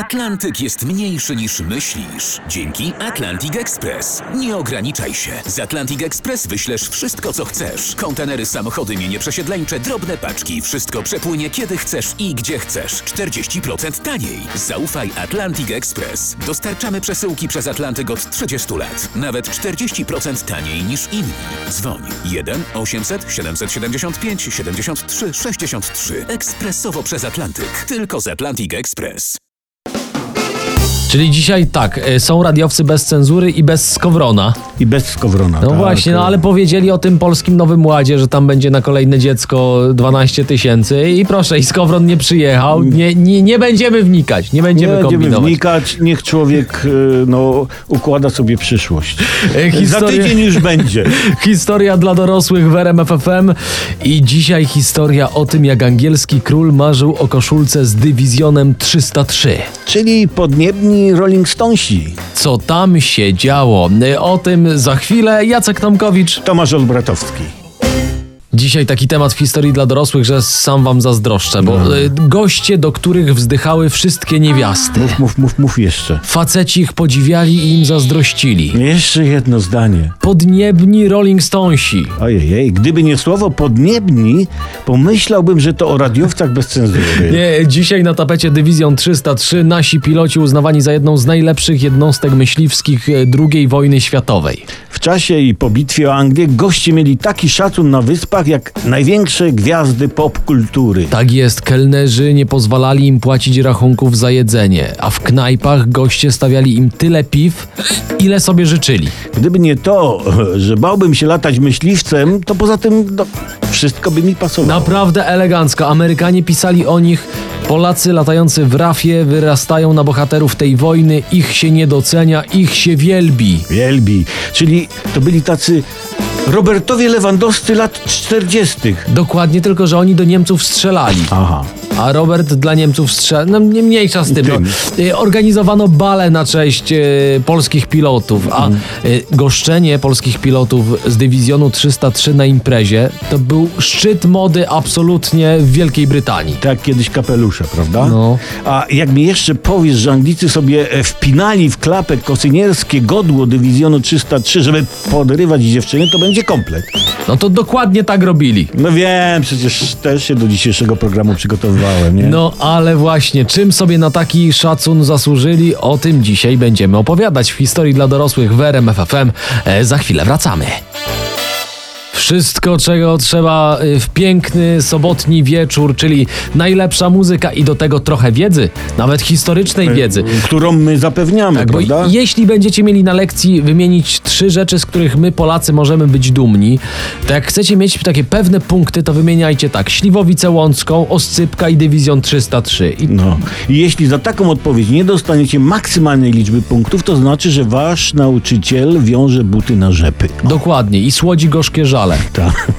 Atlantyk jest mniejszy niż myślisz. Dzięki Atlantic Express. Nie ograniczaj się. Z Atlantic Express wyślesz wszystko, co chcesz. Kontenery, samochody, mienie przesiedleńcze, drobne paczki. Wszystko przepłynie kiedy chcesz i gdzie chcesz. 40% taniej. Zaufaj Atlantic Express. Dostarczamy przesyłki przez Atlantyk od 30 lat. Nawet 40% taniej niż inni. Dzwoń 1 800 775 73 63. Ekspresowo przez Atlantyk. Tylko z Atlantic Express. Czyli dzisiaj tak, są radiowcy bez cenzury i bez Skowrona. I bez Skowrona. No tak. właśnie, no ale powiedzieli o tym Polskim Nowym Ładzie, że tam będzie na kolejne dziecko 12 000 i proszę, i Skowron nie przyjechał. Nie będziemy wnikać, nie będziemy kombinować. Wnikać, niech człowiek układa sobie przyszłość. Za Historia- tydzień już będzie. Historia dla dorosłych w RMF FM i dzisiaj historia o tym, jak angielski król marzył o koszulce z dywizjonem 303. Czyli podniebni Rolling Stonesi. Co tam się działo? O tym za chwilę. Jacek Tomkowicz. Tomasz Olbratowski. Dzisiaj taki temat w historii dla dorosłych, że sam wam zazdroszczę, bo goście, do których wzdychały wszystkie niewiasty. Mów jeszcze. Faceci ich podziwiali i im zazdrościli. Jeszcze jedno zdanie. Podniebni Rolling Stonesi. Ojej, gdyby nie słowo podniebni, pomyślałbym, że to o radiowcach bez cenzury. Nie, dzisiaj na tapecie Dywizjon 303 nasi piloci uznawani za jedną z najlepszych jednostek myśliwskich II wojny światowej. W czasie i po bitwie o Anglię goście mieli taki szacun na wyspach jak największe gwiazdy popkultury. Tak jest, kelnerzy nie pozwalali im płacić rachunków za jedzenie, a w knajpach goście stawiali im tyle piw, ile sobie życzyli. Gdyby nie to, że bałbym się latać myśliwcem, to poza tym wszystko by mi pasowało. Naprawdę elegancko. Amerykanie pisali o nich: Polacy latający w rafie wyrastają na bohaterów tej wojny, ich się nie docenia, ich się wielbi. Wielbi. Czyli to byli tacy Robertowie Lewandowscy lat 40. Dokładnie, tylko że oni do Niemców strzelali. Aha. A Robert dla Niemców strzelał. No nie mniejsza z tym. Organizowano bale na cześć polskich pilotów, a goszczenie polskich pilotów z dywizjonu 303 na imprezie to był szczyt mody absolutnie w Wielkiej Brytanii. Tak kiedyś kapelusze, prawda? No. A jak mi jeszcze powiesz, że Anglicy sobie wpinali w klapę kosynierskie godło dywizjonu 303, żeby podrywać dziewczyny, to będzie komplet. No to dokładnie tak robili. No wiem, przecież też się do dzisiejszego programu przygotowywałem, nie? No ale właśnie, czym sobie na taki szacun zasłużyli, o tym dzisiaj będziemy opowiadać w historii dla dorosłych w RMF FM. Za chwilę wracamy. Wszystko, czego trzeba w piękny, sobotni wieczór, czyli najlepsza muzyka i do tego trochę wiedzy, nawet historycznej wiedzy. Którą my zapewniamy, Tak, bo prawda? jeśli będziecie mieli na lekcji wymienić 3 rzeczy, z których my Polacy możemy być dumni, to jak chcecie mieć takie pewne punkty, to wymieniajcie tak: Śliwowicę Łącką, Oscypka i Dywizjon 303. No. I jeśli za taką odpowiedź nie dostaniecie maksymalnej liczby punktów, to znaczy, że wasz nauczyciel wiąże buty na rzepy. Dokładnie. I słodzi gorzkie żale. Tak.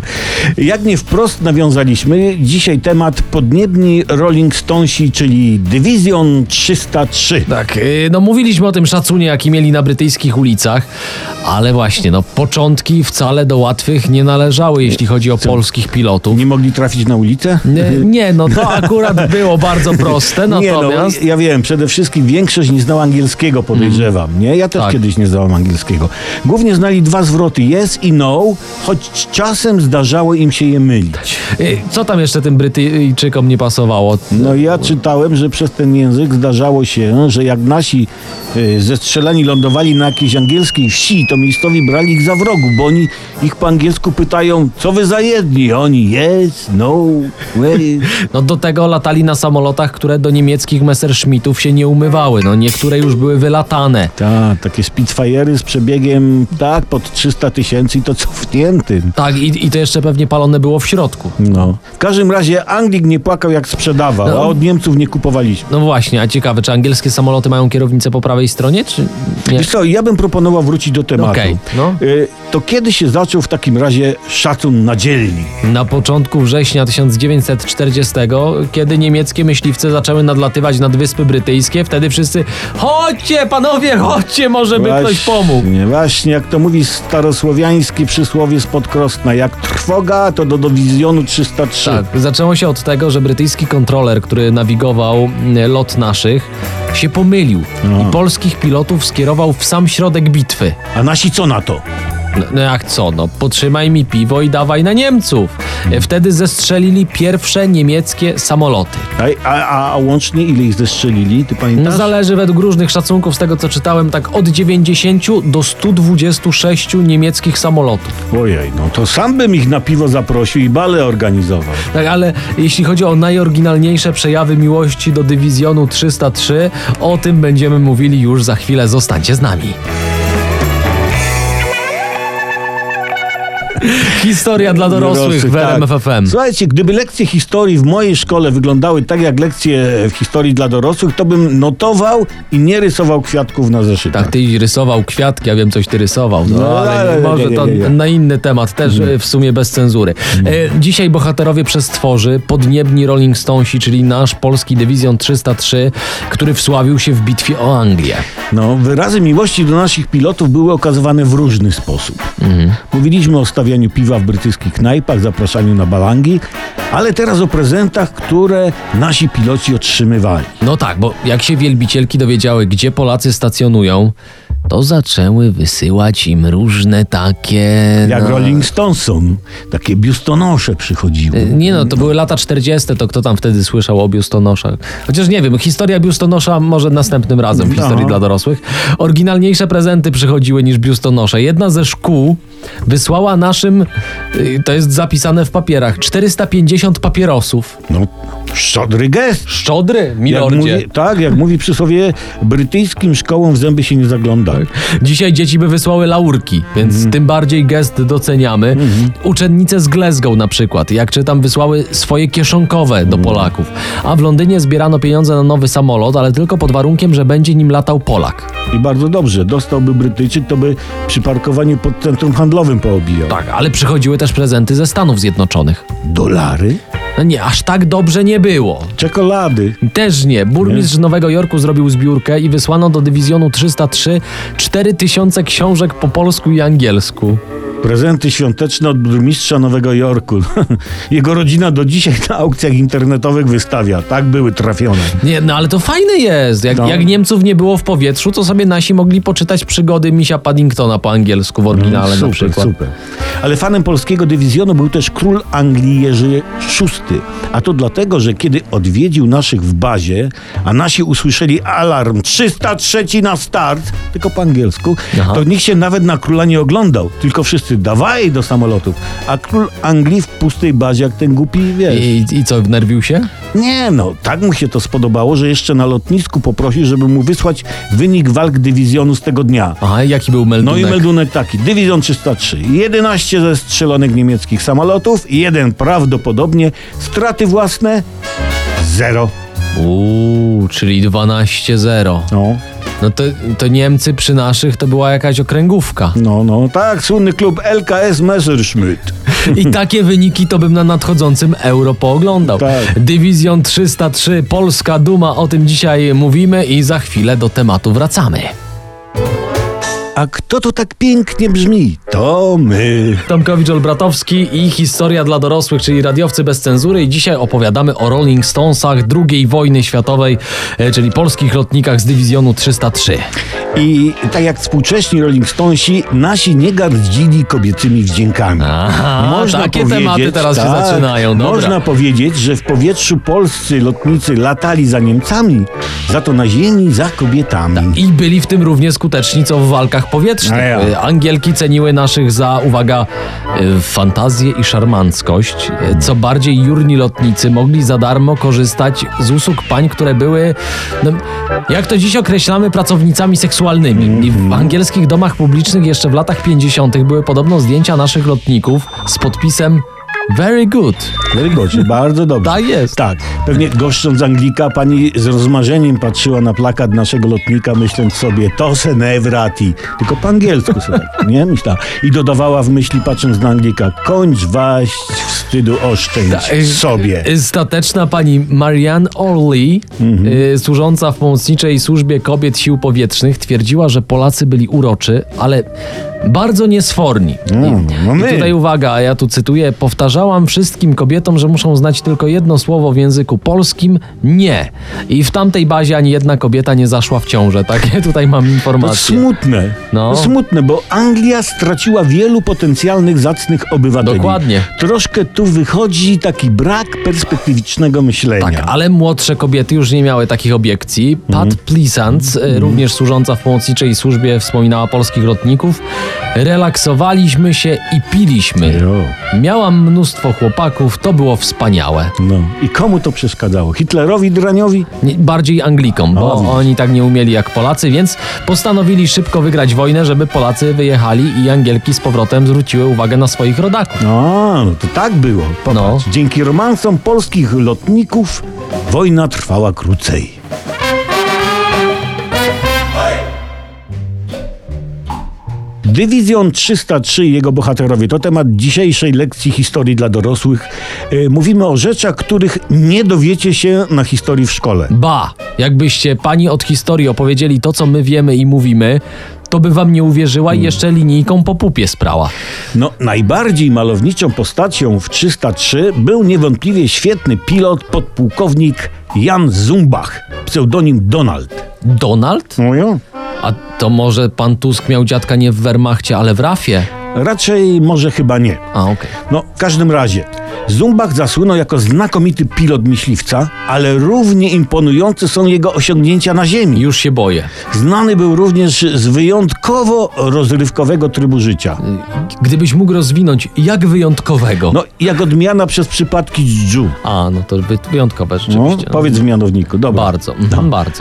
Jak nie wprost nawiązaliśmy, dzisiaj temat podniebni Rolling Stonesi, czyli Dywizjon 303. Tak, no mówiliśmy o tym szacunie, jaki mieli na brytyjskich ulicach, ale właśnie, no początki wcale do łatwych nie należały, jeśli chodzi o polskich pilotów. Nie mogli trafić na ulicę? Nie, no to akurat było bardzo proste, natomiast... ja wiem, przede wszystkim większość nie znała angielskiego, podejrzewam, nie? Ja też Tak. kiedyś nie znałem angielskiego. Głównie znali 2 zwroty, yes i no, choć czasem zdarzało im się je mylić. Co tam jeszcze tym Brytyjczykom nie pasowało? No ja czytałem, że przez ten język zdarzało się, że jak nasi zestrzelani lądowali na jakiejś angielskiej wsi, to miejscowi brali ich za wrogów, bo oni ich po angielsku pytają, co wy za jedni? Oni yes, no, where is... No do tego latali na samolotach, które do niemieckich Messerschmittów się nie umywały. No niektóre już były wylatane. Tak, takie Spitfire'y z przebiegiem pod 300 000 i to cofniętym. Tak, i to jeszcze pewnie palone było w środku. No. W każdym razie Anglik nie płakał jak sprzedawał, No. a od Niemców nie kupowaliśmy. No właśnie, a ciekawe, czy angielskie samoloty mają kierownicę po prawej stronie, czy nie? Wiesz co, ja bym proponował wrócić do tematu. Okej, no. To kiedy się zaczął w takim razie szacun na dzielni? Na początku września 1940, kiedy niemieckie myśliwce zaczęły nadlatywać nad Wyspy Brytyjskie, wtedy wszyscy: chodźcie panowie, chodźcie, może by ktoś pomógł. Właśnie, jak to mówi starosłowiańskie przysłowie, spod Krosna. Jak trwoga, to do dywizjonu 303. Tak, zaczęło się od tego, że brytyjski kontroler, który nawigował lot naszych, się pomylił i polskich pilotów skierował w sam środek bitwy. A nasi co na to? No jak co, no potrzymaj mi piwo i dawaj na Niemców. Wtedy zestrzelili pierwsze niemieckie samoloty. A łącznie ile ich zestrzelili? Ty No pamiętasz? zależy według różnych szacunków, z tego co czytałem, tak od 90 do 126 niemieckich samolotów. Ojej, no to sam bym ich na piwo zaprosił i balę organizował. Tak, ale jeśli chodzi o najoryginalniejsze przejawy miłości do dywizjonu 303, o tym będziemy mówili już za chwilę. Zostańcie z nami. Historia dla dorosłych w RMF FM. Słuchajcie, gdyby lekcje historii w mojej szkole wyglądały tak jak lekcje w historii dla dorosłych, to bym notował i nie rysował kwiatków na zeszytach. Tak, ty rysował kwiatki, ja wiem, coś ty rysował. No, No, ale może to na inny temat, też w sumie bez cenzury. Dzisiaj bohaterowie przestworzy, podniebni Rolling Stonesi, czyli nasz polski dywizjon 303, który wsławił się w bitwie o Anglię. No, wyrazy miłości do naszych pilotów były okazywane w różny sposób. Mówiliśmy o stawianiu piwa w brytyjskich knajpach, zapraszaniu na balangi, ale teraz o prezentach, które nasi piloci otrzymywali. No tak, bo jak się wielbicielki dowiedziały, gdzie Polacy stacjonują, to zaczęły wysyłać im różne takie... Jak Rolling Stonesom, takie biustonosze przychodziły. Nie no, to były lata 40, to kto tam wtedy słyszał o biustonoszach? Chociaż nie wiem, historia biustonosza może następnym razem w historii dla dorosłych. Oryginalniejsze prezenty przychodziły niż biustonosze. Jedna ze szkół wysłała naszym, to jest zapisane w papierach, 450 papierosów. No, szczodry gest. Szczodry, milordzie. Jak mówi przysłowie, brytyjskim szkołom w zęby się nie zagląda. Dzisiaj dzieci by wysłały laurki, więc tym bardziej gest doceniamy. Uczennice z Glasgow na przykład, jak czytam, wysłały swoje kieszonkowe do Polaków. A w Londynie zbierano pieniądze na nowy samolot, ale tylko pod warunkiem, że będzie nim latał Polak. I bardzo dobrze, dostałby Brytyjczyk, to by przy parkowaniu pod centrum handlowym poobijał. Tak, ale przychodziły też prezenty ze Stanów Zjednoczonych. Dolary? No nie, aż tak dobrze nie było. Czekolady. Też nie. Burmistrz Nowego Jorku zrobił zbiórkę i wysłano do dywizjonu 303 4000 książek po polsku i angielsku. Prezenty świąteczne od burmistrza Nowego Jorku. Jego rodzina do dzisiaj na aukcjach internetowych wystawia. Tak były trafione. Nie, no ale to fajne jest. Jak Niemców nie było w powietrzu, to sobie nasi mogli poczytać przygody misia Paddingtona po angielsku w oryginale na przykład. Super. Ale fanem polskiego dywizjonu był też król Anglii Jerzy VI. A to dlatego, że kiedy odwiedził naszych w bazie, a nasi usłyszeli alarm 303 na start, tylko po angielsku, to nikt się nawet na króla nie oglądał. Tylko wszyscy dawaj do samolotów. A król Anglii w pustej bazie, jak ten głupi, wiesz. I co, wnerwił się? Nie no, tak mu się to spodobało, że jeszcze na lotnisku poprosił, żeby mu wysłać wynik walk dywizjonu z tego dnia. Aha, jaki był meldunek? No i meldunek taki. Dywizjon 303. 11 zestrzelonych niemieckich samolotów, 1 prawdopodobnie. Straty własne 0. Czyli 12-0. No to Niemcy przy naszych to była jakaś okręgówka. No, tak, słynny klub LKS Messerschmitt. I takie wyniki to bym na nadchodzącym Euro pooglądał. Tak. Dywizjon 303, Polska Duma, o tym dzisiaj mówimy i za chwilę do tematu wracamy. A kto to tak pięknie brzmi? To my. Tomkowicz-Olbratowski i historia dla dorosłych, czyli radiowcy bez cenzury. I dzisiaj opowiadamy o Rolling Stonesach II wojny światowej, czyli polskich lotnikach z dywizjonu 303. I tak jak współcześni Rolling Stonesi, nasi nie gardzili kobiecymi wdziękami. Aha, takie tematy teraz się zaczynają. Dobra. Można powiedzieć, że w powietrzu polscy lotnicy latali za Niemcami, za to na ziemi za kobietami. I byli w tym równie skuteczni, co w walkach powietrznych. Angielki ceniły naszych za, uwaga, fantazję i szarmanckość. Co bardziej, jurni lotnicy mogli za darmo korzystać z usług pań, które były, jak to dziś określamy, pracownicami seksualnymi. I w angielskich domach publicznych jeszcze w latach 50. były podobno zdjęcia naszych lotników z podpisem Very good. Very good, bardzo dobrze. Tak jest. Tak. Pewnie goszcząc Anglika, pani z rozmarzeniem patrzyła na plakat naszego lotnika, myśląc sobie, to se ne wrati. Tylko po angielsku sobie, nie? Myślała. I dodawała w myśli, patrząc na Anglika, kończ waść, wstydu oszczędź sobie. Stateczna pani Marianne Orley, służąca w pomocniczej służbie kobiet sił powietrznych, twierdziła, że Polacy byli uroczy, ale bardzo niesforni. no I my. tutaj uwaga, a ja tu cytuję, powtarzałam wszystkim kobietom, że muszą znać tylko jedno słowo w języku polskim, nie. I w tamtej bazie ani jedna kobieta nie zaszła w ciążę, takie tutaj mam To informacje. smutne. No. To smutne, bo Anglia straciła wielu potencjalnych, zacnych obywateli. Dokładnie. Troszkę tu wychodzi taki brak perspektywicznego myślenia. Tak, ale młodsze kobiety już nie miały takich obiekcji. Pat Pleasant, również służąca w pomocniczej służbie, wspominała polskich lotników. Relaksowaliśmy się i piliśmy. Jo. Miałam mnóstwo chłopaków, to było wspaniałe. No. I komu to przeszkadzało? Hitlerowi, draniowi? Bardziej Anglikom, bo widzisz. oni tak nie umieli jak Polacy, więc postanowili szybko wygrać wojnę, żeby Polacy wyjechali i Angielki z powrotem zwróciły uwagę na swoich rodaków. No to tak było. Popatrz. Dzięki romansom polskich lotników wojna trwała krócej. Dywizjon 303 i jego bohaterowie to temat dzisiejszej lekcji historii dla dorosłych. Mówimy o rzeczach, których nie dowiecie się na historii w szkole. Ba, jakbyście pani od historii opowiedzieli to, co my wiemy i mówimy, to by wam nie uwierzyła i jeszcze linijką po pupie sprała. No, najbardziej malowniczą postacią w 303 był niewątpliwie świetny pilot, podpułkownik Jan Zumbach, pseudonim Donald. Donald? No jo. A to może pan Tusk miał dziadka nie w Wehrmachcie, ale w RAF-ie? Raczej może chyba nie. A, okej. No, w każdym razie, Zumbach zasłynął jako znakomity pilot myśliwca, ale równie imponujące są jego osiągnięcia na ziemi. Już się boję. Znany był również z wyjątkowo rozrywkowego trybu życia. Gdybyś mógł rozwinąć, jak wyjątkowego? No, jak odmiana przez przypadki dżdżu. A, no to wyjątkowe No, rzeczywiście. powiedz w mianowniku, dobra. Bardzo, bardzo.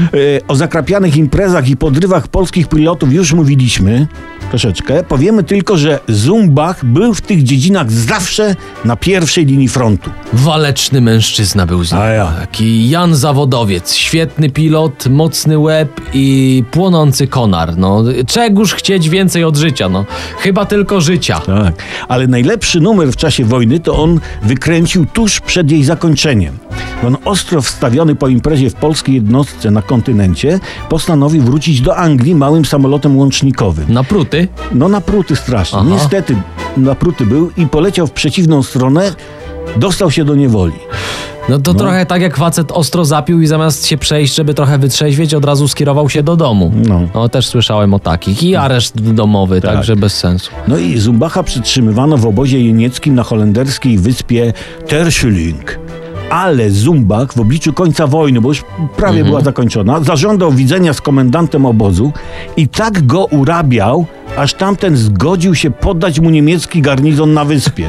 O zakrapianych imprezach i podrywach polskich pilotów już mówiliśmy troszeczkę. Powiemy tylko, że Zumbach był w tych dziedzinach zawsze na pierwszej linii frontu. Waleczny mężczyzna był z nim. A ja. Taki Jan Zawodowiec, świetny pilot, mocny łeb i płonący konar. No, czegóż chcieć więcej od życia, no. Chyba tylko życia. Tak, ale najlepszy numer w czasie wojny to on wykręcił tuż przed jej zakończeniem. On ostro wstawiony po imprezie w polskiej jednostce na kontynencie postanowił wrócić do Anglii małym samolotem łącznikowym. Na pruty? No napruty strasznie. Aha. Niestety napruty był i poleciał w przeciwną stronę, dostał się do niewoli. No to trochę tak jak facet ostro zapił i zamiast się przejść, żeby trochę wytrzeźwieć, od razu skierował się do domu. No też słyszałem o takich. I areszt domowy, Tak. także bez sensu. No i Zumbacha przytrzymywano w obozie jenieckim na holenderskiej wyspie Terschelling. Ale Zumbach w obliczu końca wojny, bo już prawie była zakończona, zażądał widzenia z komendantem obozu i tak go urabiał, aż tamten zgodził się poddać mu niemiecki garnizon na wyspie.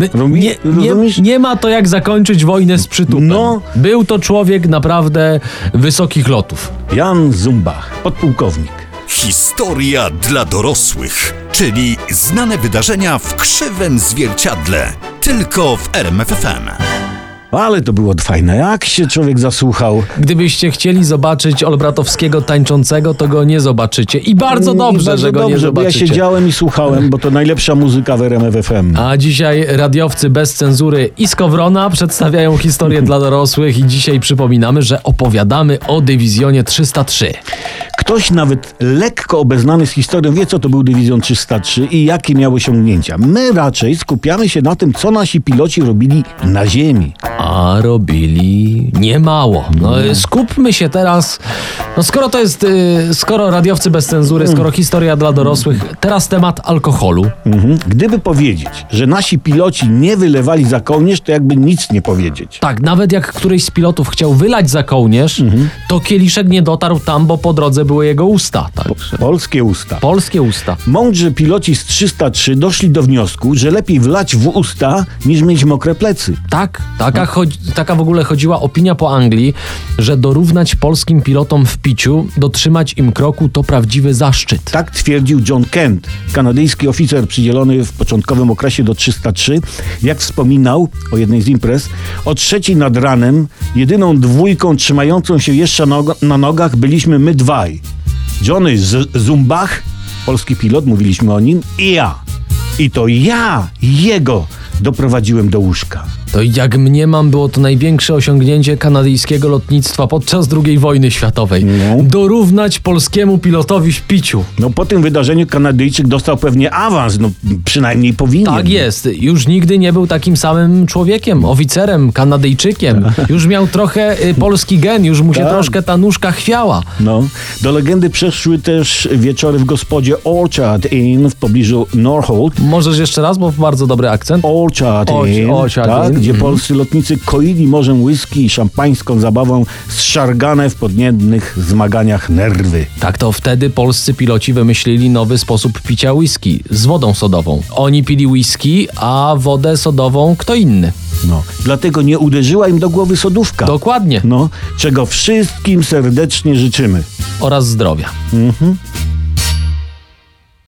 Rozumiesz? Nie ma to jak zakończyć wojnę z przytupem. No. Był to człowiek naprawdę wysokich lotów. Jan Zumbach, podpułkownik. Historia dla dorosłych, czyli znane wydarzenia w krzywym zwierciadle. Tylko w RMF FM. Ale to było fajne, jak się człowiek zasłuchał. Gdybyście chcieli zobaczyć Olbratowskiego tańczącego, to go nie zobaczycie. I bardzo dobrze, że go nie bo ja zobaczycie. siedziałem i słuchałem, bo to najlepsza muzyka w RMF FM. A dzisiaj radiowcy bez cenzury i Skowrona przedstawiają historię dla dorosłych i dzisiaj przypominamy, że opowiadamy o dywizjonie 303. Ktoś nawet lekko obeznany z historią wie, co to był Dywizjon 303 i jakie miał osiągnięcia. My raczej skupiamy się na tym, co nasi piloci robili na ziemi. A robili niemało. No, skupmy się teraz. No skoro radiowcy bez cenzury, skoro historia dla dorosłych, teraz temat alkoholu. Gdyby powiedzieć, że nasi piloci nie wylewali za kołnierz, to jakby nic nie powiedzieć. Tak, nawet jak któryś z pilotów chciał wylać za kołnierz, to kieliszek nie dotarł tam, bo po drodze były jego usta. Także Polskie usta. polskie usta. Mądrzy piloci z 303 doszli do wniosku, że lepiej wlać w usta, niż mieć mokre plecy. Tak, taka w ogóle chodziła opinia po Anglii, że dorównać polskim pilotom w piciu, dotrzymać im kroku to prawdziwy zaszczyt. Tak twierdził John Kent, kanadyjski oficer przydzielony w początkowym okresie do 303. Jak wspominał o jednej z imprez, o 3:00 nad ranem jedyną dwójką trzymającą się jeszcze na nogach byliśmy my dwaj. Johnny Zumbach, polski pilot, mówiliśmy o nim, i ja. I to ja jego doprowadziłem do łóżka. To jak mniemam, było to największe osiągnięcie kanadyjskiego lotnictwa podczas II wojny światowej. No. Dorównać polskiemu pilotowi w piciu. No po tym wydarzeniu Kanadyjczyk dostał pewnie awans, no przynajmniej powinien. Tak jest. Już nigdy nie był takim samym człowiekiem, oficerem, Kanadyjczykiem. Już miał trochę polski gen, już mu się Tak. troszkę ta nóżka chwiała. No. Do legendy przeszły też wieczory w gospodzie Orchard Inn w pobliżu Norholt. Możesz jeszcze raz, bo bardzo dobry akcent. Orchard Inn, Orchard tak, Inn. gdzie polscy lotnicy koili morzem whisky i szampańską zabawą zszargane w podniebnych zmaganiach nerwy. Tak, to wtedy polscy piloci wymyślili nowy sposób picia whisky z wodą sodową. Oni pili whisky, a wodę sodową kto inny. No. Dlatego nie uderzyła im do głowy sodówka. Dokładnie. No, czego wszystkim serdecznie życzymy. Oraz zdrowia.